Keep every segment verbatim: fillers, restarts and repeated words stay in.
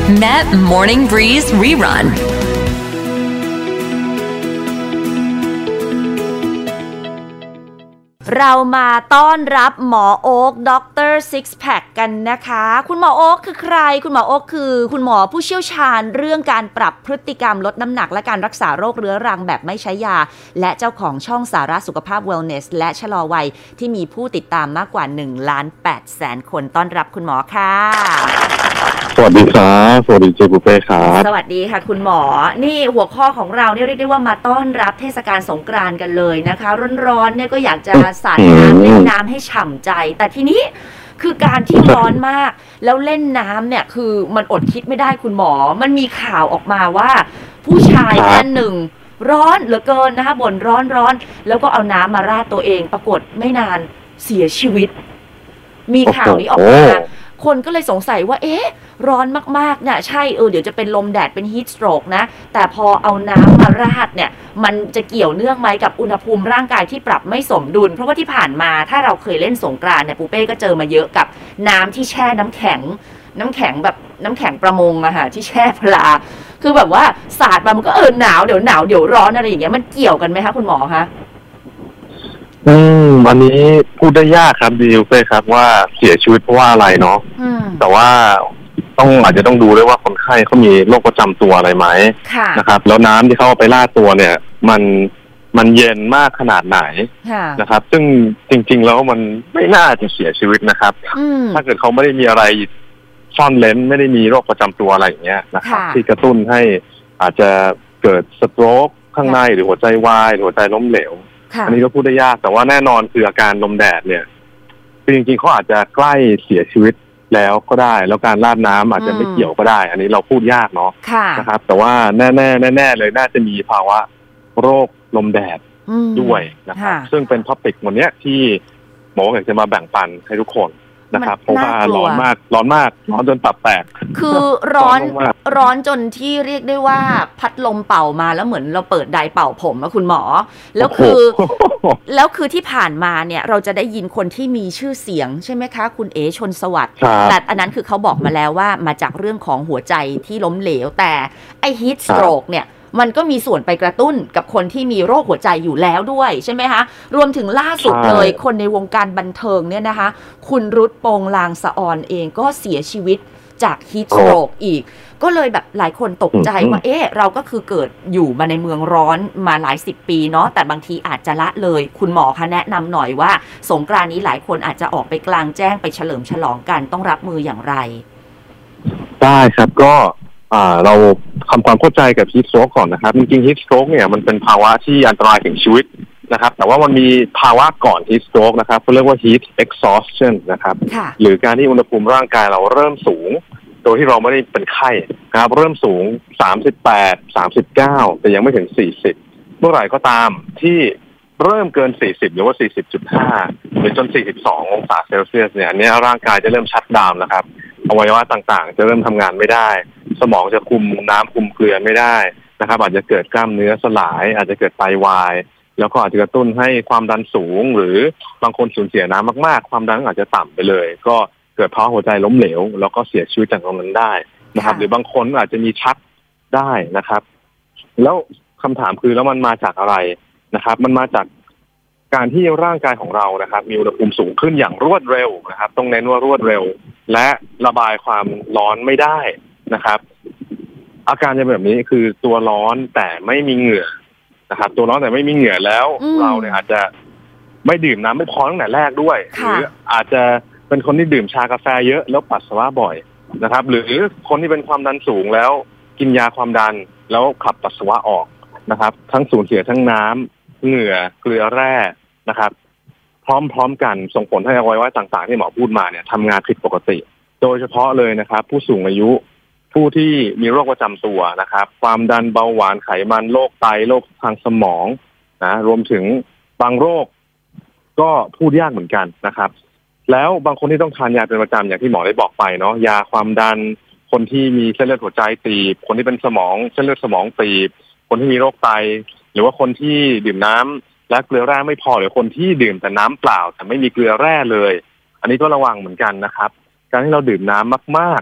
Met Morning Breeze Rerun เรามาต้อนรับหมอโอ๊คด็อกเตอร์ซิกแพคกันนะคะคุณหมอโอ๊คคือใครคุณหมอโอ๊คคือคุณหมอผู้เชี่ยวชาญเรื่องการปรับพฤติกรรมลดน้ำหนักและการรักษาโรคเรื้อรังแบบไม่ใช้ยาและเจ้าของช่องสาระสุขภาพ Wellness และชะลอวัยที่มีผู้ติดตามมากกว่าหนึ่งล้านแปดแสนคนต้อนรับคุณหมอค่ะสวัสดีครับสวัสดีเจบุเป้ครับสวัสดีค่ะคุณหมอนี่หัวข้อของเราเนี่ยเรียกได้ว่ามาต้อนรับเทศกาลสงกรานต์กันเลยนะคะร้อนๆเนี่ยก็อยากจะสาดน้ำเล่นน้ำให้ฉ่ำใจแต่ทีนี้คือการที่ร้อนมากแล้วเล่นน้ำเนี่ยคือมันอดคิดไม่ได้คุณหมอมันมีข่าวออกมาว่าผู้ชายท่านหนึ่งร้อนเหลือเกินนะคะบ่นร้อนร้อนแล้วก็เอาน้ำมาราดตัวเองปรากฏไม่นานเสียชีวิตมีข่าวนี้ออกมาคนก็เลยสงสัยว่าเอ๊ะร้อนมากๆเนี่ยใช่เออเดี๋ยวจะเป็นลมแดดเป็นฮีทสโตรกนะแต่พอเอาน้ำมาราดเนี่ยมันจะเกี่ยวเนื่องไหมกับอุณหภูมิร่างกายที่ปรับไม่สมดุลเพราะว่าที่ผ่านมาถ้าเราเคยเล่นสงกรานต์เนี่ยปูเป้ก็เจอมาเยอะกับน้ำที่แช่น้ำแข็งน้ำแข็งแบบน้ำแข็งประมงอะค่ะที่แช่ปลาคือแบบว่าสาดมามันก็เออหนาวเดี๋ยวหนาวเดี๋ยวร้อนอะไรอย่างเงี้ยมันเกี่ยวกันไหมคะคุณหมอคะอืมวันนี้พูดได้ยากครับดิวเป้ครับว่าเสียชีวิตเพราะว่าอะไรเนาะแต่ว่าต้องอาจจะต้องดูด้วยว่าคนไข้เขามีโรคประจำตัวอะไรไหมนะครับแล้วน้ำที่เขาเอาไปราดตัวเนี่ยมันมันเย็นมากขนาดไหนนะครับซึ่งจริงๆแล้วมันไม่น่าจะเสียชีวิตนะครับถ้าเกิดเขาไม่ได้มีอะไรซ่อนเลนไม่ได้มีโรคประจำตัวอะไรอย่างเงี้ยนะครับที่กระตุ้นให้อาจจะเกิดสโตรกข้างในหรือหัวใจวายหรือหัวใจล้มเหลวอันนี้ก็พูดได้ยากแต่ว่าแน่นอนคืออาการลมแดดเนี่ยคือจริงๆเขาอาจจะใกล้เสียชีวิตแล้วก็ได้แล้วการราดน้ำอาจจะไม่เกี่ยวก็ได้อันนี้เราพูดยากเนาะนะครับแต่ว่าแน่ๆแน่ๆเลยน่าจะมีภาวะโรคลมแดดด้วยนะครับซึ่งเป็นท็อปิกวันนี้ที่หมออยากจะมาแบ่งปันให้ทุกคนนะครับเพราะว่าร้อนมากร้อนมากร้อนจนตับแตกคือร้อนร้อนจนที่เรียกได้ว่าพัดลมเป่ามาแล้วเหมือนเราเปิดไดร์เป่าผมอะคุณหมอแล้วคือแล้วคือที่ผ่านมาเนี่ยเราจะได้ยินคนที่มีชื่อเสียงใช่ไหมคะคุณเอ๋ชนสวัสดิ์แต่อันนั้นคือเขาบอกมาแล้วว่ามาจากเรื่องของหัวใจที่ล้มเหลวแต่ไอ้ฮีทสโตรกเนี่ยมันก็มีส่วนไปกระตุ้นกับคนที่มีโรคหัวใจอยู่แล้วด้วยใช่ไหมคะรวมถึงล่าสุดเลยคนในวงการบันเทิงเนี่ยนะคะคุณรุตโปงลางสะออนเองก็เสียชีวิตจากฮีทสโตรกอีกก็เลยแบบหลายคนตกใจว่าเอ๊ะเราก็คือเกิดอยู่มาในเมืองร้อนมาหลายสิบปีเนาะแต่บางทีอาจจะละเลยคุณหมอคะแนะนำหน่อยว่าสงกรานต์นี้หลายคนอาจจะออกไปกลางแจ้งไปเฉลิมฉลองกันต้องรับมืออย่างไรได้ครับก็เราทำความเข้าใจกับฮีทสโตรกก่อนนะครับจริงๆฮีทสโตรกเนี่ยมันเป็นภาวะที่อันตรายถึงชีวิตนะครับแต่ว่ามันมีภาวะก่อนฮีทสโตรกนะครับเขาเรียกว่า heat exhaustion นะครับหรือการที่อุณหภูมิร่างกายเราเริ่มสูงโดยที่เราไม่ได้เป็นไข้นะครับเริ่มสูงสามสิบแปด สามสิบเก้าแต่ยังไม่ถึงสี่สิบเมื่อไหร่ก็ตามที่เริ่มเกินสี่สิบหรือว่า สี่สิบจุดห้า หรือจนสี่สิบสององศาเซลเซียสเนี่ยอันนี้ร่างกายจะเริ่มชัตดาวน์นะครับอวัยวะต่างๆจะเริ่มทำงานไม่ได้สมองจะคุมน้ำคุมเกลือไม่ได้นะครับอาจจะเกิดกล้ามเนื้อสลายอาจจะเกิดไตวายแล้วก็อาจจะกระตุ้นให้ความดันสูงหรือบางคนสูญเสียน้ำมากๆความดันอาจจะต่ำไปเลยก็เกิดภาวะหัวใจล้มเหลวแล้วก็เสียชีวิตจากตรงนั้นได้นะครับหรือบางคนอาจจะมีชักได้นะครับแล้วคำถามคือแล้วมันมาจากอะไรนะครับมันมาจากการที่ร่างกายของเรานะครับมีอุณหภูมิสูงขึ้นอย่างรวดเร็วนะครับต้องเน้นว่ารวดเร็วและระบายความร้อนไม่ได้นะครับอาการจะแบบนี้คือตัวร้อนแต่ไม่มีเหงื่อนะครับตัวร้อนแต่ไม่มีเหงื่อแล้วเราเนี่ยอาจจะไม่ดื่มน้ำไม่พอตั้งแต่แรกด้วยหรืออาจจะเป็นคนที่ดื่มชากาแฟเยอะแล้วปัสสาวะบ่อยนะครับหรือคนที่เป็นความดันสูงแล้วกินยาความดันแล้วขับปัสสาวะออกนะครับทั้งสูญเสียทั้งน้ำเหงื่อเกลือแร่นะครับพร้อมๆกันส่งผลให้อวัยวะต่างๆที่หมอพูดมาเนี่ยทำงานผิดปกติโดยเฉพาะเลยนะครับผู้สูงอายุผู้ที่มีโรคประจำตัวนะครับความดันเบาหวานไขมันโรคไตโรคทางสมองนะรวมถึงบางโรคก็พูดยากเหมือนกันนะครับแล้วบางคนที่ต้องทานยาเป็นประจำอย่างที่หมอได้บอกไปเนาะยาความดันคนที่มีเส้นเลือดหัวใจตีบคนที่เป็นสมองเส้นเลือดสมองตีบคนที่มีโรคไตหรือว่าคนที่ดื่มน้ำและเกลือแร่ไม่พอหรือคนที่ดื่มแต่น้ำเปล่าแต่ไม่มีเกลือแร่เลยอันนี้ก็ระวังเหมือนกันนะครับการที่เราดื่มน้ำมากๆ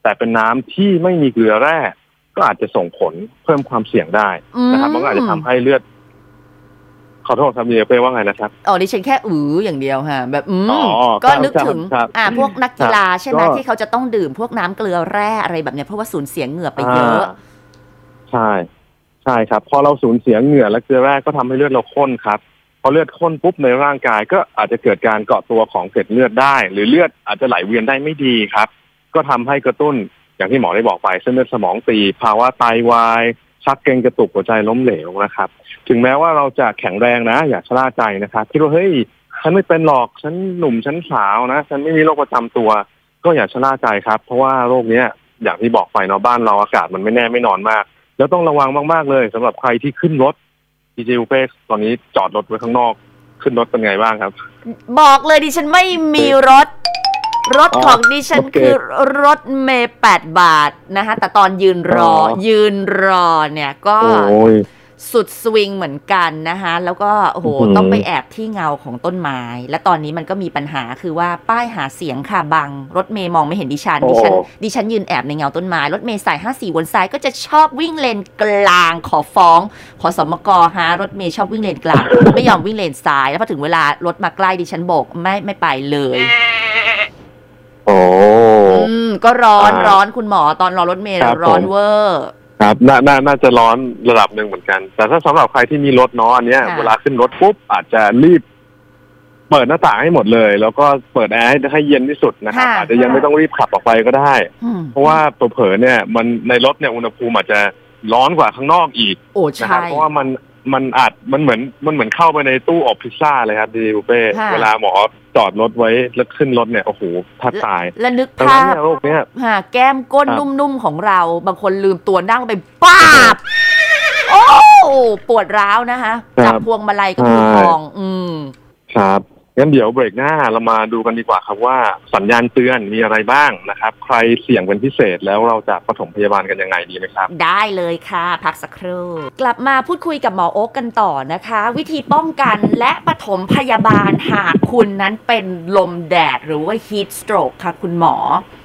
แต่เป็นน้ำที่ไม่มีเกลือแร่ก็อาจจะส่งผลเพิ่มความเสี่ยงได้นะครับมันก็อาจจะทำให้เลือดขอโทษครับเป้ว่าไงนะครับอ๋อดิฉันแค่อืออย่างเดียวค่ะแบบอืมก็นึกถึงอ่าพวกนักกีฬาใช่ไหมที่เขาจะต้องดื่มพวกน้ำเกลือแร่อะไรแบบเนี้ยเพราะว่าสูญเสียเหงื่อไปเยอะใช่ใช่ครับพอเราสูญเสียเหงื่อและเกลือแร่ก็ทำให้เลือดเราข้นครับพอเลือดข้นปุ๊บในร่างกายก็อาจจะเกิดการเกาะตัวของเกล็ดเลือดได้หรือเลือดอาจจะไหลเวียนได้ไม่ดีครับก็ทำให้กระตุ้นอย่างที่หมอได้บอกไปเส้นเลือดสมองตีภาวะไตวายชักเกร็งกระตุกหัวใจล้มเหลวนะครับถึงแม้ว่าเราจะแข็งแรงนะอย่าชะล่าใจนะครับคิดว่าเฮ้ยฉันไม่เป็นหรอกฉันหนุ่มฉันสาวนะฉันไม่มีโรคประจำตัวก็อย่าชะล่าใจครับเพราะว่าโรคนี้อย่างที่บอกไปเนาะบ้านเราอากาศมันไม่แน่ไม่นอนมากแล้วต้องระวังมากๆเลยสำหรับใครที่ขึ้นรถดีเจอูเป้ตอนนี้จอดรถไว้ข้างนอกขึ้นรถเป็นไงบ้างครับบอกเลยดิฉันไม่มีรถรถของดิฉันคือรถเมล์แปดบาทนะคะแต่ตอนยืนรอยืนรอเนี่ยก็สุดสวิงเหมือนกันนะคะแล้วก็โอ้โหต้องไปแอบที่เงาของต้นไม้และตอนนี้มันก็มีปัญหาคือว่าป้ายหาเสียงค่ะบังรถเมล์มองไม่เห็นดิฉันดิฉันดิฉันยืนแอบในเงาต้นไม้รถเมล์สายห้าสี่วนซ้ายก็จะชอบวิ่งเลนกลางขอฟ้องขอสมกฮะรถเมล์ชอบวิ่งเลนกลางไม่ยอมวิ่งเลนซ้ายแล้วพอถึงเวลารถมาใกล้ดิฉันโบกไม่ไม่ไปเลยโอ้อืมก็ร้อนร้อนคุณหมอตอนรอรถเมล์ร้อนเวอร์ครับน่าน่าน่าจะร้อนระดับหนึ่งเหมือนกันแต่ถ้าสำหรับใครที่มีรถเนาะอันเนี้ยเวลาขึ้นรถปุ๊บอาจจะรีบเปิดหน้าต่างให้หมดเลยแล้วก็เปิดแอร์ให้ให้เย็นที่สุดนะครับอาจจะยังไม่ต้องรีบขับออกไปก็ได้เพราะว่าเผลอๆเนี่ยมันในรถเนี่ยอุณหภูมิอาจจะร้อนกว่าข้างนอกอีกนะครับเพราะว่ามันมันอาจมันเหมือนมันเหมือนเข้าไปในตู้อบพิซซ่าเลยครับดีบุเป้เวลาหมอจอดรถไว้แล้วขึ้นรถเนี่ยโอ้โหแทบตายแล้วนึกภาพโรคเนี้ยแก้มก้นนุ่มๆของเราบางคนลืมตัวนั่งไปป้าบโอ้ปวดร้าวนะคะจับพวงมาลัยก็มือพองอืมครับงั้นเดี๋ยวเบรกหน้าเรามาดูกันดีกว่าครับว่าสัญญาณเตือนมีอะไรบ้างนะครับใครเสี่ยงเป็นพิเศษแล้วเราจะปฐมพยาบาลกันยังไงดีไหมครับได้เลยค่ะพักสักครู่กลับมาพูดคุยกับหมอโอ๊กกันต่อนะคะวิธีป้องกันและปฐมพยาบาลหากคุณนั้นเป็นลมแดดหรือว่า heat stroke ค่ะคุณหมอ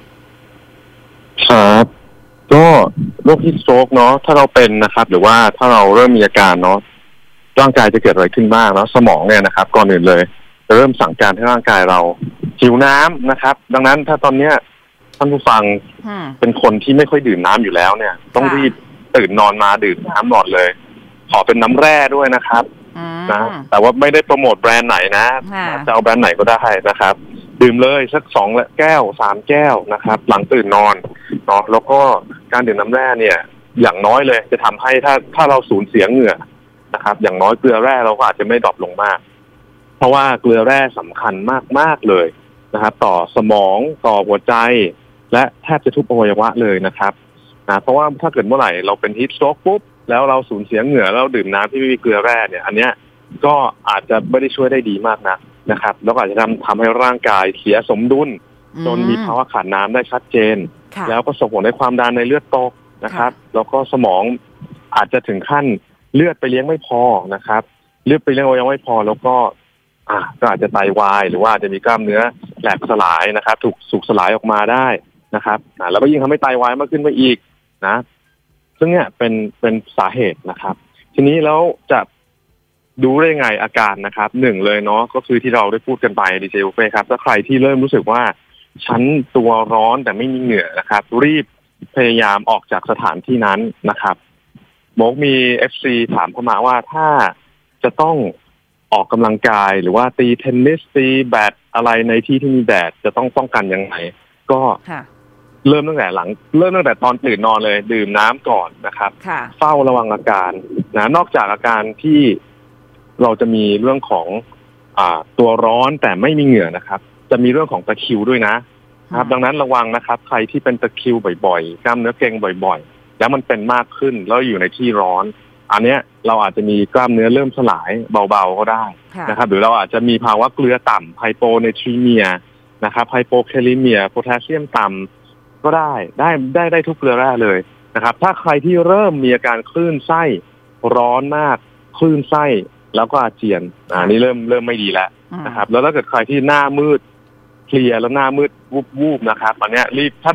ครับก็โรค heat stroke เนาะถ้าเราเป็นนะครับหรือว่าถ้าเราเริ่มมีอาการเนาะร่างกายจะเกิดอะไรขึ้นบ้างเนาะสมองเนี่ยนะครับก่อนอื่นเลยจะเริ่มสั่งการให้ร่างกายเราหิวน้ำนะครับดังนั้นถ้าตอนเนี้ยท่านผู้ฟังเป็นคนที่ไม่ค่อยดื่มน้ำอยู่แล้วเนี่ยต้องรีบตื่นนอนมาดื่มน้ำหลอดเลยขอเป็นน้ำแร่ด้วยนะครับนะแต่ว่าไม่ได้โปรโมทแบรนด์ไหนนะจะเอาแบรนด์ไหนก็ได้นะครับดื่มเลยสักสองแก้วสามแก้วนะครับหลังตื่นนอนเนาะแล้วก็การดื่มน้ำแร่เนี่ยอย่างน้อยเลยจะทำให้ถ้าถ้าเราสูญเสียเหงื่อนะครับอย่างน้อยเกลือแร่เราก็อาจจะไม่ดรอปลงมากเพราะว่าเกลือแร่สำคัญมากๆเลยนะครับต่อสมองต่อหัวใจและแทบจะทุกอวัยวะเลยนะครับนะเพราะว่าถ้าเกิดเมื่อไหร่เราเป็นฮีทสโตรกปุ๊บแล้วเราสูญเสียเหงื่อแล้วดื่มน้ำที่ไม่มีเกลือแร่เนี่ยอันเนี้ยก็อาจจะไม่ได้ช่วยได้ดีมากนักนะครับแล้วก็อาจจะทำทำให้ร่างกายเสียสมดุลจนมีภาวะขาดน้ำได้ชัดเจนแล้วก็ส่งผลให้ความดันในเลือดตกนะครับแล้วก็สมองอาจจะถึงขั้นเลือดไปเลี้ยงไม่พอนะครับเลือดไปเลี้ยงอวัยวะไม่พอแล้วก็อ่าก็อาจจะไตวายหรือว่าอาจจะมีกล้ามเนื้อแหลกสลายนะครับถูกสูบสลายออกมาได้นะครับอ่าแล้วก็ยิ่งทำให้ไตวายมากขึ้นไปอีกนะซึ่งเนี่ยเป็นเป็นสาเหตุนะครับทีนี้แล้วจะดูได้ไงอาการนะครับหนึ่งเลยเนาะก็คือที่เราได้พูดกันไปดีเจบุฟเฟ่ครับถ้าใครที่เริ่มรู้สึกว่าฉันตัวร้อนแต่ไม่มีเหงื่อนะครับรีบพยายามออกจากสถานที่นั้นนะครับโมกมี เอฟ ซี ถามเข้ามาว่าถ้าจะต้องออกกำลังกายหรือว่าตีเทนนิสตีแบดอะไรในที่ที่มีแดดจะต้องป้องกันยังไงก็เริ่มตั้งแต่หลังเริ่มตั้งแต่ตอนตื่นนอนเลยดื่มน้ำก่อนนะครับเฝ้าระวังอาการนะนอกจากอาการที่เราจะมีเรื่องของอ่าตัวร้อนแต่ไม่มีเหงื่อนะครับจะมีเรื่องของตะคริวด้วยนะครับดังนั้นระวังนะครับใครที่เป็นตะคริวบ่อยๆกล้ามเนื้อเกร็งบ่อยๆแล้วมันเป็นมากขึ้นแล้วอยู่ในที่ร้อนอันเนี้ยเราอาจจะมีกล้ามเนื้อเริ่มสลายเบาๆก็ได้นะครับหรือเราอาจจะมีภาวะเกลือต่ำไฮโปเนทรีเมียนะครับไฮโปแคลิเมียโพแทสเซียมต่ำก็ได้ได้ได้ได้ทุกเกลือแร่เลยนะครับถ้าใครที่เริ่มมีอาการคลื่นไส้ร้อนมากคลื่นไส้แล้วก็อาเจียนอ่านี่เริ่มเริ่มไม่ดีแล้วนะครับแล้วถ้าเกิดใครที่หน้ามืดเพลียแล้วหน้ามืดวูบๆนะครับอันเนี้ยรีบถ้ามี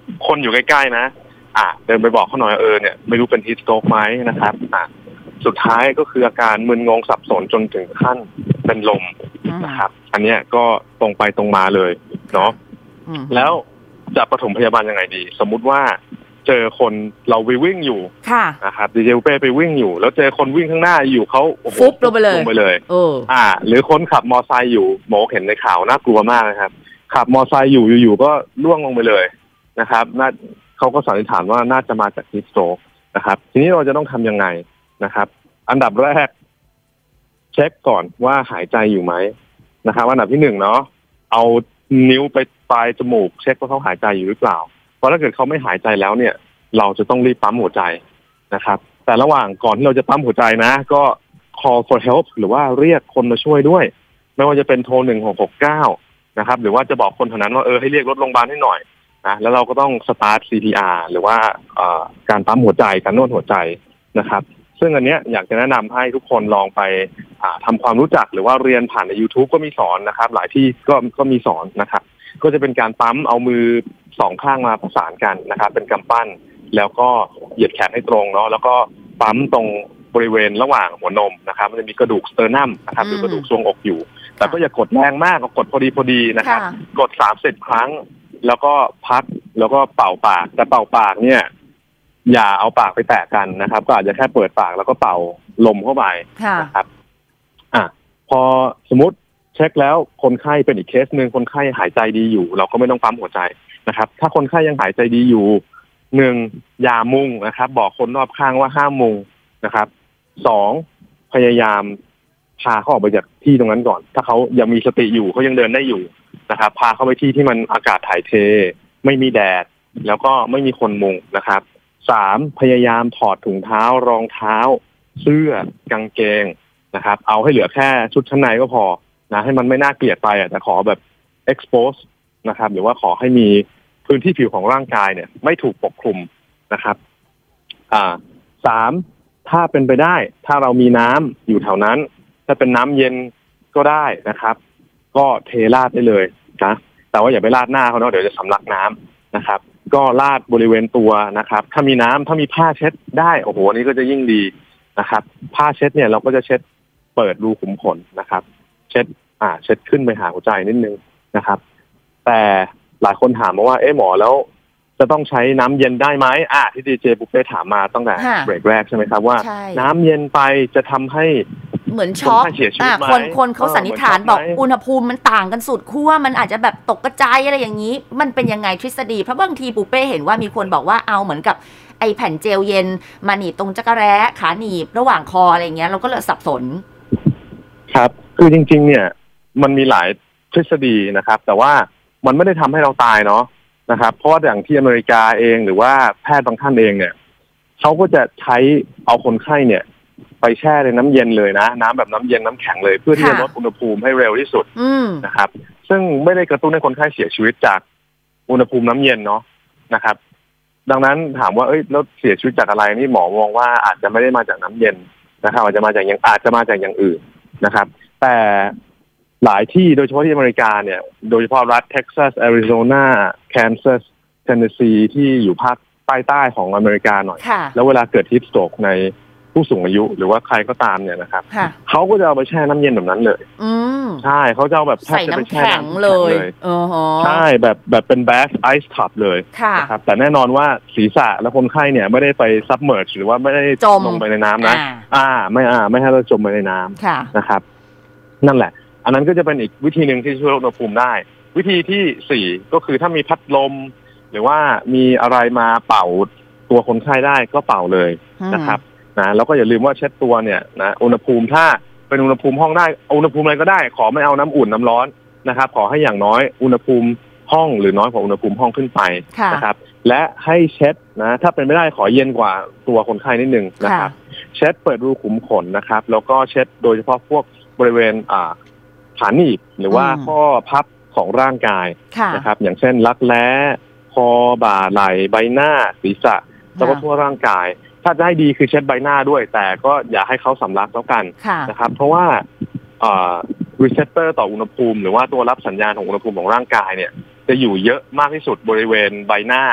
คนอยู่ใกล้ๆนะอ่ะเดินไปบอกเขาหน่อยเออเนี่ยไม่รู้เป็นฮีทสโตรกไหมนะครับอ่ะสุดท้ายก็คืออาการมึนงงสับสนจนถึงขั้นเป็นลมนะครับอันเนี้ยก็ตรงไปตรงมาเลยเนาะแล้วจะปฐมพยาบาลยังไงดีสมมุติว่าเจอคนเราไปวิ่งอยู่นะครับดีเจเป้ไปวิ่งอยู่แล้วเจอคนวิ่งข้างหน้าอยู่เขาฟุบลงไปเลยลงไปเลยเอออ่าหรือคนขับมอไซค์อยู่หมอเห็นในข่าวน่ากลัวมากนะครับขับมอไซค์อยู่อยู่ๆก็ล่วงลงไปเลยนะครับน่าเขาก็สันนิษฐานว่าน่าจะมาจากฮีทสโตรกนะครับทีนี้เราจะต้องทำยังไงนะครับอันดับแรกเช็คก่อนว่าหายใจอยู่ไหมนะครับอันดับที่หนึ่งเนาะเอานิ้วไปปลายจมูกเช็คว่าเขาหายใจอยู่หรือเปล่าเพราะถ้าเกิดเขาไม่หายใจแล้วเนี่ยเราจะต้องรีบปั๊มหัวใจนะครับแต่ระหว่างก่อนที่เราจะปั๊มหัวใจนะก็ call for help หรือว่าเรียกคนมาช่วยด้วยไม่ว่าจะเป็นโทรหนึ่งหกหกเก้านะครับหรือว่าจะบอกคนแถวนั้นว่าเออให้เรียกรถโรงพยาบาลให้หน่อยนะแล้วเราก็ต้อง start ซี พี อาร์ หรือว่าการปั๊มหัวใจการนวดหัวใจนะครับซึ่งอันเนี้ยอยากจะแนะนำให้ทุกคนลองไปทำความรู้จักหรือว่าเรียนผ่านใน YouTube ก็มีสอนนะครับหลายที่ก็ก็มีสอนนะครับก็จะเป็นการปั๊มเอามือสองข้างมาประสานกันนะครับเป็นกำปั้นแล้วก็เหยียดแขนให้ตรงเนาะแล้วก็ปั๊มตรงบริเวณระหว่างหัวนมนะครับมันจะมีกระดูกสเตอร์นัมนะครับหรือกระดูกทรวงอกอยู่แต่ก็อย่ากดแรงมากกดพอดีพอดีนะครับกดสามสิบครั้งแล้วก็พักแล้วก็เป่าปากแต่เป่าปากเนี่ยอย่าเอาปากไปแตะกันนะครับก็อาจจะแค่เปิดปากแล้วก็เป่าลมเข้าไปนะครับอ่ะพอสมมติเช็คแล้วคนไข้เป็นอีกเคสหนึ่งคนไข้หายใจดีอยู่เราก็ไม่ต้องปั๊มหัวใจนะครับถ้าคนไข้ยังหายใจดีอยู่หนึ่งอย่ามุงนะครับบอกคนรอบข้างว่าห้ามมุงนะครับสองพยายามพาเขาออกไปจากที่ตรงนั้นก่อนถ้าเขายังมีสติอยู่เขายังเดินได้อยู่นะครับพาเขาไปที่ที่มันอากาศถ่ายเทไม่มีแดดแล้วก็ไม่มีคนมุงนะครับสามพยายามถอดถุงเท้ารองเท้าเสื้อกางเกงนะครับเอาให้เหลือแค่ชุดชั้นในก็พอนะให้มันไม่น่าเกลียดไปอ่ะแต่ขอแบบ expose นะครับหรือว่าขอให้มีพื้นที่ผิวของร่างกายเนี่ยไม่ถูกปกคลุมนะครับอ่าสามถ้าเป็นไปได้ถ้าเรามีน้ำอยู่แถวนั้นถ้าเป็นน้ำเย็นก็ได้นะครับก็เทราดได้เลยนะแต่ว่าอย่าไปราดหน้าเขาเนาะเดี๋ยวจะสำลักน้ำนะครับก็ราดบริเวณตัวนะครับถ้ามีน้ำถ้ามีผ้าเช็ดได้โอ้โหนี่ก็จะยิ่งดีนะครับผ้าเช็ดเนี่ยเราก็จะเช็ดเปิดรูขุมขนนะครับเช็ดอ่าเช็ดขึ้นไปหาหัวใจนิดนึงนะครับแต่หลายคนถามมาว่าเอ๊ะหมอแล้วจะต้องใช้น้ำเย็นได้ไหมอ่ะที่ดีเจบุฟเฟ่ถามมาตั้งแต่เบรกแรกใช่ไหมครับว่าน้ำเย็นไปจะทำให้เหมือนช็อกอ่าคนคนเขาสันนิษฐานบอกอุณหภูมิมันต่างกันสุดขั้วมันอาจจะแบบตกกระจายอะไรอย่างนี้มันเป็นยังไงทฤษฎีเพราะบางทีปูเป้เห็นว่ามีคนบอกว่าเอาเหมือนกับไอแผ่นเจลเย็นมาหนีบตรงจักรแร้ขาหนีบระหว่างคออะไรเงี้ยเราก็เลยสับสนครับคือจริงๆเนี่ยมันมีหลายทฤษฎีนะครับแต่ว่ามันไม่ได้ทำให้เราตายเนาะนะครับเพราะว่าอย่างที่อเมริกาเองหรือว่าแพทย์บางท่านเองเนี่ยเขาก็จะใช้เอาคนไข้เนี่ยไปแช่ในน้ำเย็นเลยนะน้ำแบบน้ำเย็นน้ำแข็งเลยเพื่อที่จะลดอุณหภูมิให้เร็วที่สุดนะครับซึ่งไม่ได้กระตุ้นให้คนไข้เสียชีวิตจากอุณหภูมิน้ำเย็นเนาะนะครับดังนั้นถามว่าเอ้ยแล้วเสียชีวิตจากอะไรนี่หมอมองว่าอาจจะไม่ได้มาจากน้ำเย็นนะครับอาจจะมาจากอย่างอาจจะมาจากอย่างอื่นนะครับแต่หลายที่โดยเฉพาะที่อเมริกาเนี่ยโดยเฉพาะรัฐเท็กซัสแอริโซนาแคนซัสเทนเนสซีที่อยู่ภาคใต้ใต้ของอเมริกาหน่อยแล้วเวลาเกิดฮีทสโตรกในผู้สูงอายุหรือว่าใครก็ตามเนี่ยนะครับเขาก็จะเอาไปแช่น้ำเย็นแบบนั้นเลยใช่เขาจะเอาแบบใส่น้ำแข็งเลยใช่แบบแบบเป็นแบสไอซ์ท็อปเลยนะครับแต่แน่นอนว่าศีรษะและคนไข้เนี่ยไม่ได้ไปซับเมิร์จหรือว่าไม่ได้ลงไปในน้ำนะอ่าไม่อ่าไม่ให้เราจมไปในน้ำนะครับนั่นแหละอันนั้นก็จะเป็นอีกวิธีหนึ่งที่ช่วยลดอุณหภูมิได้วิธีที่สี่ก็คือถ้ามีพัดลมหรือว่ามีอะไรมาเป่าตัวคนไข้ได้ก็เป่าเลยนะครับนะแล้วก็อย่าลืมว่าเช็ดตัวเนี่ยนะอุณหภูมิถ้าเป็นอุณหภูมิห้องได้อุณหภูมิอะไรก็ได้ขอไม่เอาน้ำอุ่นน้ำร้อนนะครับขอให้อย่างน้อยอุณหภูมิห้องหรือน้อยกว่าอุณหภูมิห้องขึ้นไปนะครับและให้เช็ดนะถ้าเป็นไม่ได้ขอเย็นกว่าตัวคนไข้นิดนึงนะครับเช็ดเปิดรูขุมขนนะครับแล้วก็เช็ดโดยเฉพาะพวกบริเวณอ่าขาหนีบหรือว่าข้อพับของร่างกายนะครับอย่างเช่นรักแร้คอบ่าไหล่ใบหน้าศีรษะแล้วก็ทั่วร่างกายถ้าจะให้ดีคือเช็ดใบหน้าด้วยแต่ก็อย่าให้เขาสำลักแล้วกันนะครับเพราะว่าอ่ารีเซปเตอร์ต่ออุณหภูมิหรือว่าตัวรับสัญญาณของอุณหภูมิของร่างกายเนี่ยจะอยู่เยอะมากที่สุดบริเวณใบหน้า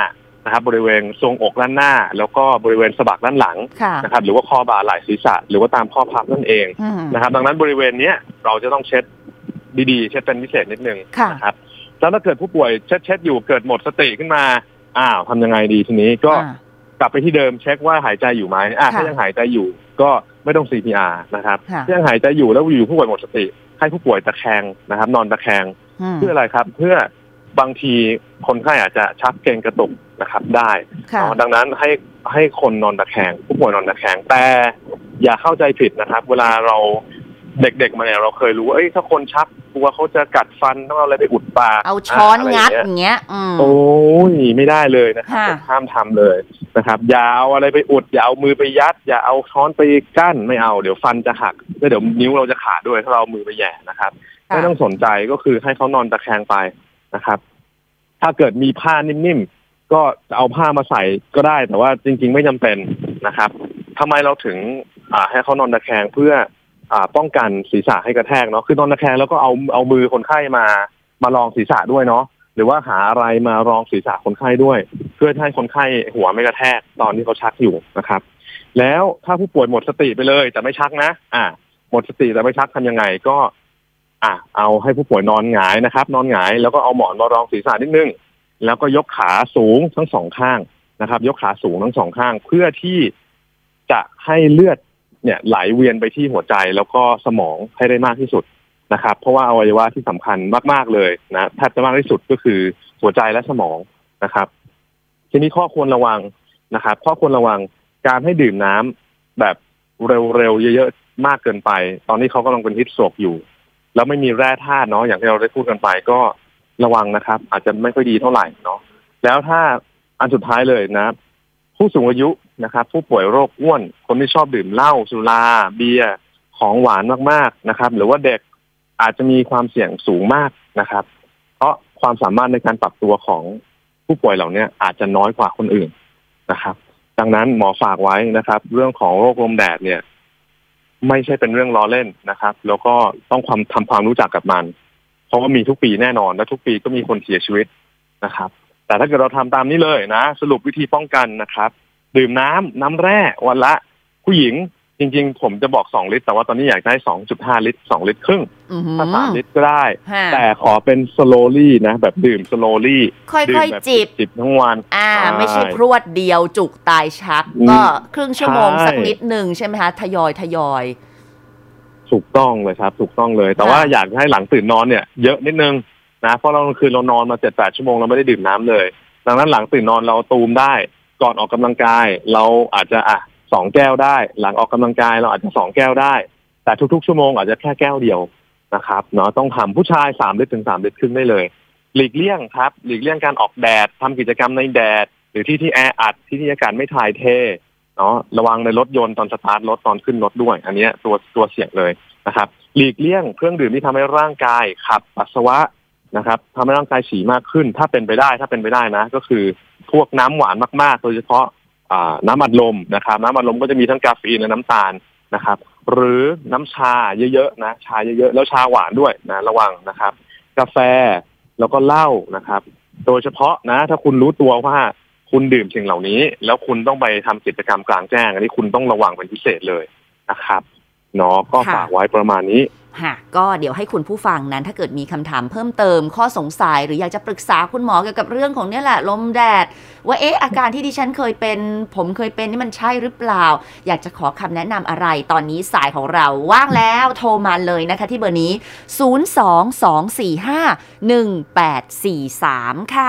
นะครับบริเวณทรวงอกด้านหน้าแล้วก็บริเวณสะบักด้านหลังนะครับหรือว่าคอบ่าไหล่ศีรษะหรือว่าตามข้อพับนั่นเองนะครับดังนั้นบริเวณนี้เราจะต้องเช็ดดีๆเช็ดเป็นพิเศษนิดนึงนะครับแล้วถ้าเกิดผู้ป่วยเช็ดเช็ดอยู่เกิดหมดสติขึ้นมาอ้าวทำยังไงดีทีนี้ก็กลับไปที่เดิมเช็คว่าหายใจอยู่ไหมอ่าถ้ายังหายใจอยู่ก็ไม่ต้อง ซี พี อาร์ นะครับถ้ายังหายใจอยู่แล้วอยู่ผู้ป่วยหมดสติให้ผู้ป่วยตะแคงนะครับนอนตะแคงเพื่ออะไรครับเพื่อบางทีคนไข้อาจจะชักเกร็งกระตุกนะครับได้ดังนั้นให้ให้คนนอนตะแคงผู้ป่วยนอนตะแคงแต่อย่าเข้าใจผิดนะครับเวลาเราเด็กๆมาเนี่ยเราเคยรู้ว่าเอ้ยถ้าคนชักกลัวเขาจะกัดฟันต้องเอาอะไรไปอุดปากเอาช้อนงัดอย่างเงี้ยโอ้ยไม่ได้เลยนะครับห้ามทำเลยนะครับอย่าเอาอะไรไปอุดอย่าเอามือไปยัดอย่าเอาช้อนไปกั้นไม่เอาเดี๋ยวฟันจะหักแล้วเดี๋ยวนิ้วเราจะขาดด้วยถ้าเราเอามือไปแย่นะครับไม่ต้องสนใจก็คือให้เขานอนตะแคงไปนะครับถ้าเกิดมีผ้านิ่มๆก็เอาผ้ามาใส่ก็ได้แต่ว่าจริงๆไม่จำเป็นนะครับทำไมเราถึงให้เขานอนตะแคงเพื่อป้องกันศีรษะให้กระแทกเนาะคือนอนตะแคงแล้วก็เอาเอามือคนไข้มามารองศีรษะด้วยเนาะหรือว่าหาอะไรมารองศีรษะคนไข้ด้วยเพื่อให้คนไข้หัวไม่กระแทกตอนที่เขาชักอยู่นะครับแล้วถ้าผู้ป่วยหมดสติไปเลยแต่ไม่ชักนะอ่าหมดสติแต่ไม่ชักทำยังไงก็อ่ะเอาให้ผู้ป่วยนอนหงายนะครับนอนหงายแล้วก็เอาหมอนมารองศีรษะนิดนึงแล้วก็ยกขาสูงทั้งสองข้างนะครับยกขาสูงทั้งสองข้างเพื่อที่จะให้เลือดเนี่ยไหลเวียนไปที่หัวใจแล้วก็สมองให้ได้มากที่สุดนะครับเพราะว่าอวัยวะที่สำคัญมากๆเลยนะแทบจะมากที่สุดก็คือหัวใจและสมองนะครับทีนี้ข้อควรระวังนะครับข้อควรระวังการให้ดื่มน้ำแบบเร็วๆเยอะๆมากเกินไปตอนนี้เขากำลังเป็นฮิตโศกอยู่แล้วไม่มีแร่ธาตุเนาะอย่างที่เราได้พูดกันไปก็ระวังนะครับอาจจะไม่ค่อยดีเท่าไหร่เนาะแล้วถ้าอันสุดท้ายเลยนะผู้สูงอายุนะครับผู้ป่วยโรคอ้วนคนที่ชอบดื่มเหล้าสุราเบียร์ของหวานมากๆนะครับหรือว่าเด็กอาจจะมีความเสี่ยงสูงมากนะครับเพราะความสามารถในการปรับตัวของผู้ป่วยเหล่านี้อาจจะน้อยกว่าคนอื่นนะครับดังนั้นหมอฝากไว้นะครับเรื่องของโรคลมแดดเนี่ยไม่ใช่เป็นเรื่องล้อเล่นนะครับแล้วก็ต้องความทำความรู้จักกับมันเพราะว่ามีทุกปีแน่นอนและทุกปีก็มีคนเสียชีวิตนะครับแต่ถ้าเกิดเราทำตามนี้เลยนะสรุปวิธีป้องกันนะครับดื่มน้ำน้ำแร่วันละผู้หญิงจริงๆผมจะบอกสองลิตรแต่ว่าตอนนี้อยากได้ สองจุดห้า ลิตรสองลิตรครึ่งถ้าสามลิตรก็ได้แต่ขอเป็น slowly นะแบบดื่ม slowly ค่อยๆจิบจิบทั้งวันอ่าไม่ใช่พรวดเดียวจุกตายชักก็ครึ่งชั่วโมงสักนิดนึงใช่ไหมคะทยอยทยอยถูกต้องเลยครับถูกต้องเลยแต่ว่าอยากให้หลังตื่นนอนเนี่ยเยอะนิดนึงนะเพราะเราคืนเรานอนมา เจ็ดแปด ชั่วโมงเราไม่ได้ดื่มน้ำเลยดังนั้นหลังตื่นนอนเราตูมได้ก่อนออกกำลังกายเราอาจจะอ่ะสองแก้วได้หลังออกกำลังกายเราอาจจะสองแก้วได้แต่ทุกๆชั่วโมงอาจจะแค่แก้วเดียวนะครับเนาะต้องทำผู้ชายสามลิตรถึงสามลิตรขึ้นได้เลยหลีกเลี่ยงครับหลีกเลี่ยงการออกแดดทำกิจกรรมในแดดหรือที่ที่แออัดที่ที่อากาศไม่ถ่ายเทเนาะระวังในรถยนต์ตอนสตาร์ทรถตอนขึ้นรถด้วยอันนี้ตัวตัวเสี่ยงเลยนะครับหลีกเลี่ยงเครื่องดื่มที่ทำให้ร่างกายขับปัสสาวะนะครับทำให้ร่างกายฉี่มากขึ้นถ้าเป็นไปได้ถ้าเป็นไปได้นะก็คือพวกน้ำหวานมากๆโดยเฉพาะน้ำอัดลมนะครับน้ำอัดลมก็จะมีทั้งกาเฟอีนและน้ำตาลนะครับหรือน้ำชาเยอะๆนะชาเยอะๆแล้วชาหวานด้วยนะระวังนะครับกาแฟแล้วก็เหล้านะครับโดยเฉพาะนะถ้าคุณรู้ตัวว่าคุณดื่มสิ่งเหล่านี้แล้วคุณต้องไปทำกิจกรรมกลางแจ้งอันนี้คุณต้องระวังเป็นพิเศษเลยนะครับเนาะก็ฝากไว้ประมาณนี้ค่ะก็เดี๋ยวให้คุณผู้ฟังนั้นถ้าเกิดมีคำถามเพิ่มเติมข้อสงสัยหรืออยากจะปรึกษาคุณหมอเกี่ยวกับเรื่องของเนี่ยแหละลมแดดว่าเอ๊ะอาการที่ดิฉันเคยเป็นผมเคยเป็นนี่มันใช่หรือเปล่าอยากจะขอคำแนะนำอะไรตอนนี้สายของเราว่างแล้วโทรมาเลยนะคะที่เบอร์นี้ศูนย์ สอง สอง สี่ ห้า หนึ่ง แปด สี่ สาม ค่ะ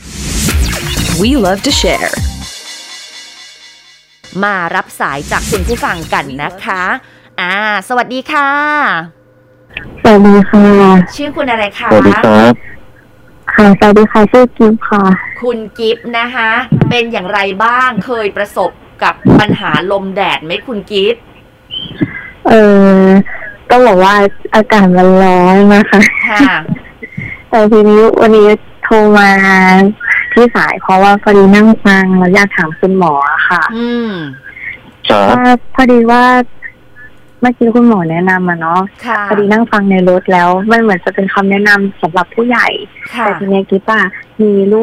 We love to share มารับสายจากคุณผู้ฟังกันนะคะอ่าสวัสดีค่ะสวัสดีค่ะชื่อคุณอะไรคะสวัสดีครับค่ะสวัสดีค่ะชื่อกิฟค่ะคุณกิฟนะคะเป็นอย่างไรบ้างเคยประสบกับปัญหาลมแดดไหมคุณกิฟเออต้องบอกว่าอากาศมันร้อนนะคะค่ะแต่ทีนี้วันนี้โทรมาที่สายเพราะว่าพอดีนั่งฟังแล้วอยากถามคุณหมอค่ะอืมว่าพอดีว่าเมื่อกี้คุณหมอแนะนำมาเนาะพอดีนั่งฟังในรถแล้วมันเหมือนจะเป็นคำแนะนำสำหรับผู้ใหญ่แต่ทีนี้กิ๊บอะมีลูก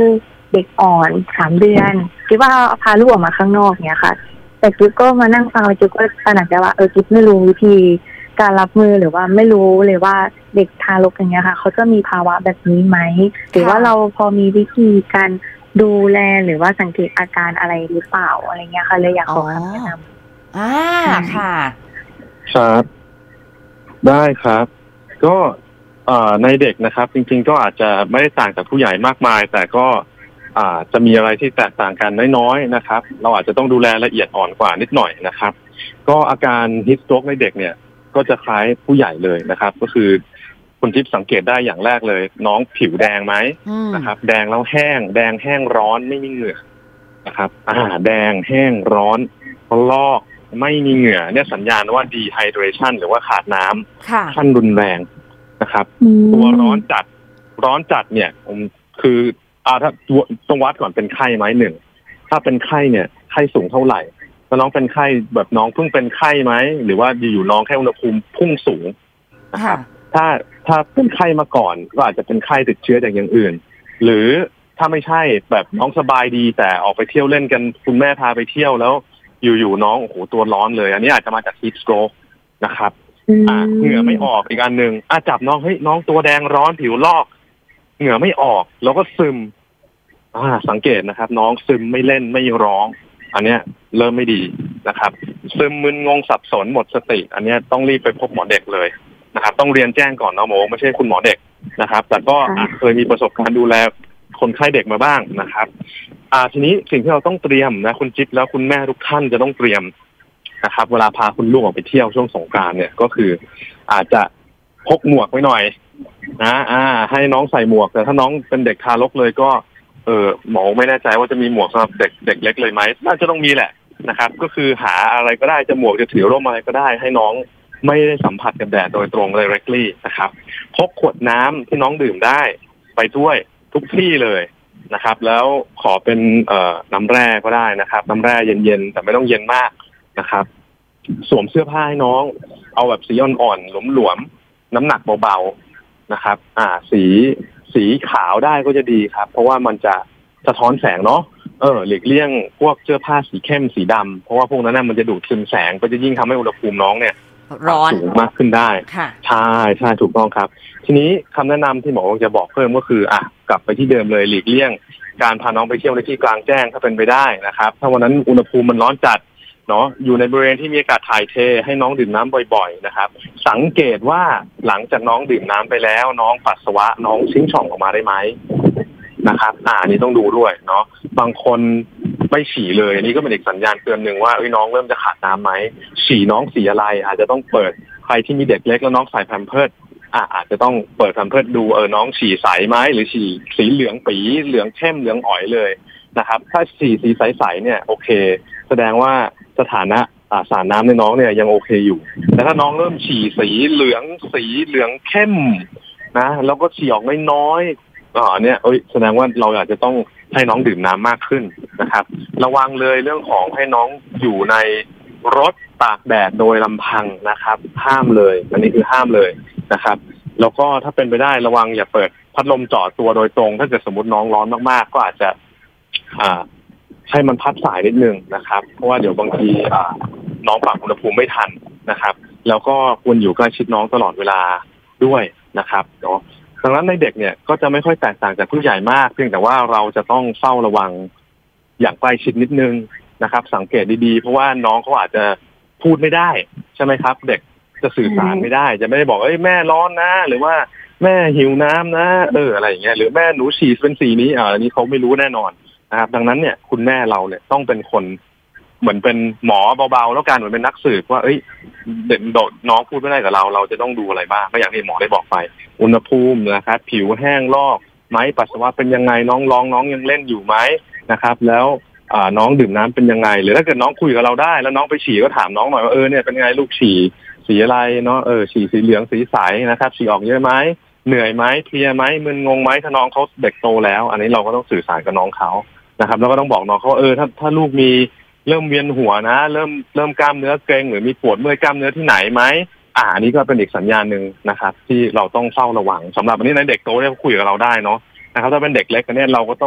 เด็กอ่อนสามเดือนกิ๊บว่าพาลูกออกมาข้างนอกเนี้ยค่ะแต่กิ๊บก็มานั่งฟังแล้วกิ๊บก็ตระหนักได้ว่าเออกิ๊บไม่รู้วิธีการรับมือหรือว่าไม่รู้เลยว่าเด็กทารกอย่างเงี้ยค่ะเขาจะมีภาวะแบบนี้ไหมหรือว่าเราพอมีวิธีการดูแลหรือว่าสังเกตอาการอะไรหรือเปล่าอะไรเงี้ยค่ะเลยอยากขอคำแนะนำอ่าค่ะครับได้ครับก็ในเด็กนะครับจริงๆก็อาจจะไม่ได้ต่างจากผู้ใหญ่มากมายแต่ก็จะมีอะไรที่แตกต่างกันน้อยๆนะครับเราอาจจะต้องดูแลละเอียดอ่อนกว่านิดหน่อยนะครับก็อาการฮิสโตรกในเด็กเนี่ยก็จะคล้ายผู้ใหญ่เลยนะครับก็คือคุณทิพย์สังเกตได้อย่างแรกเลยน้องผิวแดงไหมนะครับแดงแล้วแห้งแดงแห้งร้อนไม่มีเหงื่อนะครับอ่าแดงแห้งร้อนลอกไม่มีเหงื่อเนี่ยสัญญาณว่า dehydration หรือว่าขาดน้ำขั้นรุนแรงนะครับตัวร้อนจัดร้อนจัดเนี่ยคืออ่าถ้าต้องวัดก่อนเป็นไข้ไหมหนึ่งถ้าเป็นไข้เนี่ยไข้สูงเท่าไหร่ถ้าน้องเป็นไข้แบบน้องเพิ่งเป็นไข้ไหมหรือว่าอยู่น้องแค่อุณหภูมิพุ่งสูงนะครับถ้าถ้าเป็นไข้มาก่อนก็อาจจะเป็นไข้ติดเชื้อจากอย่างอื่นหรือถ้าไม่ใช่แบบน้องสบายดีแต่ออกไปเที่ยวเล่นกันคุณแม่พาไปเที่ยวแล้วอยู่ๆน้องโอ้โหตัวร้อนเลยอันนี้อาจจะมาจาก heat stroke นะครับอ่าเหงื่อไม่ออกอีกอันนึงอ่ะจับน้องเฮ้ยน้องตัวแดงร้อนผิวลอกเหงื่อไม่ออกแล้วก็ซึมอ่าสังเกตนะครับน้องซึมไม่เล่นไม่ร้องอันเนี้ยเริ่มไม่ดีนะครับซึมมึนงงสับสนหมดสติอันเนี้ยต้องรีบไปพบหมอเด็กเลยนะครับต้องเรียนแจ้งก่อนนะหมอไม่ใช่คุณหมอเด็กนะครับแต่ก็เคยมีประสบการณ์ดูแลคนไข้เด็กมาบ้างนะครับอ่าทีนี้สิ่งที่เราต้องเตรียมนะคุณจิ๊บแล้วคุณแม่ทุกท่านจะต้องเตรียมนะครับเวลาพาคุณลูกออกไปเที่ยวช่วงสงกรานต์เนี่ยก็คืออาจจะพกหมวกไว้หน่อยนะอ่าให้น้องใส่หมวกแต่ถ้าน้องเป็นเด็กทารกเลยก็เออหมอไม่แน่ใจว่าจะมีหมวกสำหรับเด็กเด็กเล็กเลยไหมน่าจะต้องมีแหละนะครับก็คือหาอะไรก็ได้จะหมวกจะถือร่มอะไรก็ได้ให้น้องไม่ได้สัมผัสกับแดดโดยตรง directly นะครับพกขวดน้ำที่น้องดื่มได้ไปด้วยทุกที่เลยนะครับแล้วขอเป็นเอ่อน้ำแร่ก็ได้นะครับน้ำแร่เย็นๆแต่ไม่ต้องเย็นมากนะครับสวมเสื้อผ้าให้น้องเอาแบบสีอ่อนๆหลวมๆน้ำหนักเบาๆนะครับอ่าสีสีขาวได้ก็จะดีครับเพราะว่ามันจะสะท้อนแสงเนาะเออหลีกเลี่ยงพวกเสื้อผ้าสีเข้มสีดำเพราะว่าพวกนั้นมันจะดูดซึมแสงก็จะยิ่งทำให้อุณหภูมิน้องเนี่ยร้อนสูงมากขึ้นได้ใช่ใช่ถูกต้องครับทีนี้คำแนะนำที่หมอจะบอกเพิ่มก็คืออ่ะกลับไปที่เดิมเลยหลีกเลี่ยงการพาน้องไปเที่ยวในที่กลางแจ้งถ้าเป็นไปได้นะครับถ้าวันนั้นอุณหภูมิมันร้อนจัดเนาะอยู่ในบริเวณที่มีอากาศถ่ายเทให้น้องดื่มน้ำบ่อยๆนะครับสังเกตว่าหลังจากน้องดื่มน้ำไปแล้วน้องปัสสาวะน้องซิ้งช่องออกมาได้ไหมนะครับอ่านี่ต้องดูด้วยเนาะบางคนไม่ฉี่เลยนี่ก็เป็นอีกสัญญาณเตือนหนึ่งว่าเอ้ยน้องเริ่มจะขาดน้ำไหมฉี่น้องสีอะไรอาจจะต้องเปิดใครที่มีเด็กเล็กแล้วน้องใส่แพมเพิร์สอ่าอาจจะต้องเปิดแพมเพิร์สดูเออน้องฉี่ใสไหมหรือฉี่สีเหลืองปีเหลืองเข้มเหลืองอ๋อยเลยนะครับถ้าฉี่สีใสๆเนี่ยโอเคแสดงว่าสถานะสารน้ำในน้องเนี่ยยังโอเคอยู่แต่ถ้าน้องเริ่มฉี่สีเหลืองสีเหลืองเข้มนะแล้วก็ฉี่ออกน้อยๆอ่าเนี่ยเอ้ยแสดงว่าเราอาจจะต้องให้น้องดื่มน้ำมากขึ้นนะครับระวังเลยเรื่องของให้น้องอยู่ในรถตากแดดโดยลำพังนะครับห้ามเลยอันนี้คือห้ามเลยนะครับแล้วก็ถ้าเป็นไปได้ระวังอย่าเปิดพัดลมจ่อตัวโดยตรงถ้าเกิดสมมติน้องร้อนมากๆก็อาจจะอ่าให้มันพัดสายนิดนึงนะครับเพราะว่าเดี๋ยวบางทีอ่าน้องปรับอุณหภูมิไม่ทันนะครับแล้วก็ควรอยู่ใกล้ชิดน้องตลอดเวลาด้วยนะครับเนาะดังนั้นในเด็กเนี่ยก็จะไม่ค่อยแตกต่างจากผู้ใหญ่มากเพียงแต่ว่าเราจะต้องเฝ้าระวังอย่างใกล้ชิดนิดนึงนะครับสังเกตดีๆเพราะว่าน้องเขาอาจจะพูดไม่ได้ใช่ไหมครับเด็กจะสื่อสารไม่ได้จะไม่ได้บอกเอ้ยแม่ร้อนนะหรือว่าแม่หิวน้ำนะเอออะไรอย่างเงี้ยหรือแม่หนูฉี่เป็นสีนี้อ่าอันนี้เขาไม่รู้แน่นอนนะครับดังนั้นเนี่ยคุณแม่เราเนี่ยต้องเป็นคนเหมือนเป็นหมอเบาๆแล้วกันเหมือนเป็นนักสืบว่าเอ้ยเด็กน้องพูดไม่ได้กับเราเราจะต้องดูอะไรบ้างก็อย่างที่หมอได้บอกไปอุณหภูมินะครับผิวแห้งลอกไหมปัสสาวะเป็นยังไงน้องร้องน้องยังเล่นอยู่ไหมนะครับแล้วน้องดื่มน้ำเป็นยังไงหรือถ้าเกิดน้องคุยกับเราได้แล้วน้องไปฉี่ก็ถามน้องหน่อยว่าเออเนี่ยเป็นไงลูกฉี่สีอะไรเนาะเออฉี่สีเหลืองสีใสนะครับฉี่ออกเยอะไหมเหนื่อยไหมเพลียไหมมึนงงไหมถ้าน้องเขาเด็กโตแล้วอันนี้เราก็ต้องสื่อสารกับน้องเขานะครับแล้วก็ต้องบอกน้องเขาเออถ้าถ้าลูกมีเริ่มเวียนหัวนะเริ่มเริ่มกล้ามเนื้อเกร็งหรือมีปวดเมื่อยกล้ามเนื้อที่ไหนไหมอ่าอันนี้ก็เป็นอีกสัญญาณหนึ่งนะครับที่เราต้องเฝ้าระวังสำหรับอันนี้ในเด็กโตเนี่ยคุยกับเราได้เนาะนะครับถ้าเป็นเด็กเล็กกันเนี่ยเราก็ต้อง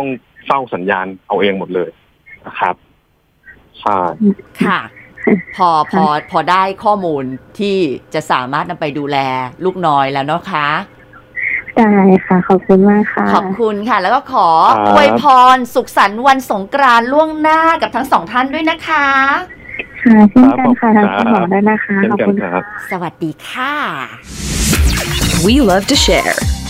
เฝ้าสัญญาณเอาเองหมดเลยนะครับใช่ค่ะ พอพอพอได้ข้อมูลที่จะสามารถนำไปดูแลลูกน้อยแล้วเนาะคะได้ค่ะขอบคุณมากค่ะขอบคุณค่ะแล้วก็ขออวยพรสุขสันต์วันสงกรานต์ล่วงหน้ากับทั้งสองท่านด้วยนะคะค่ะเช่นกันค่ะทางคุณหมอด้วยนะคะขอบคุณค่ะสวัสดีค่ะ We love to share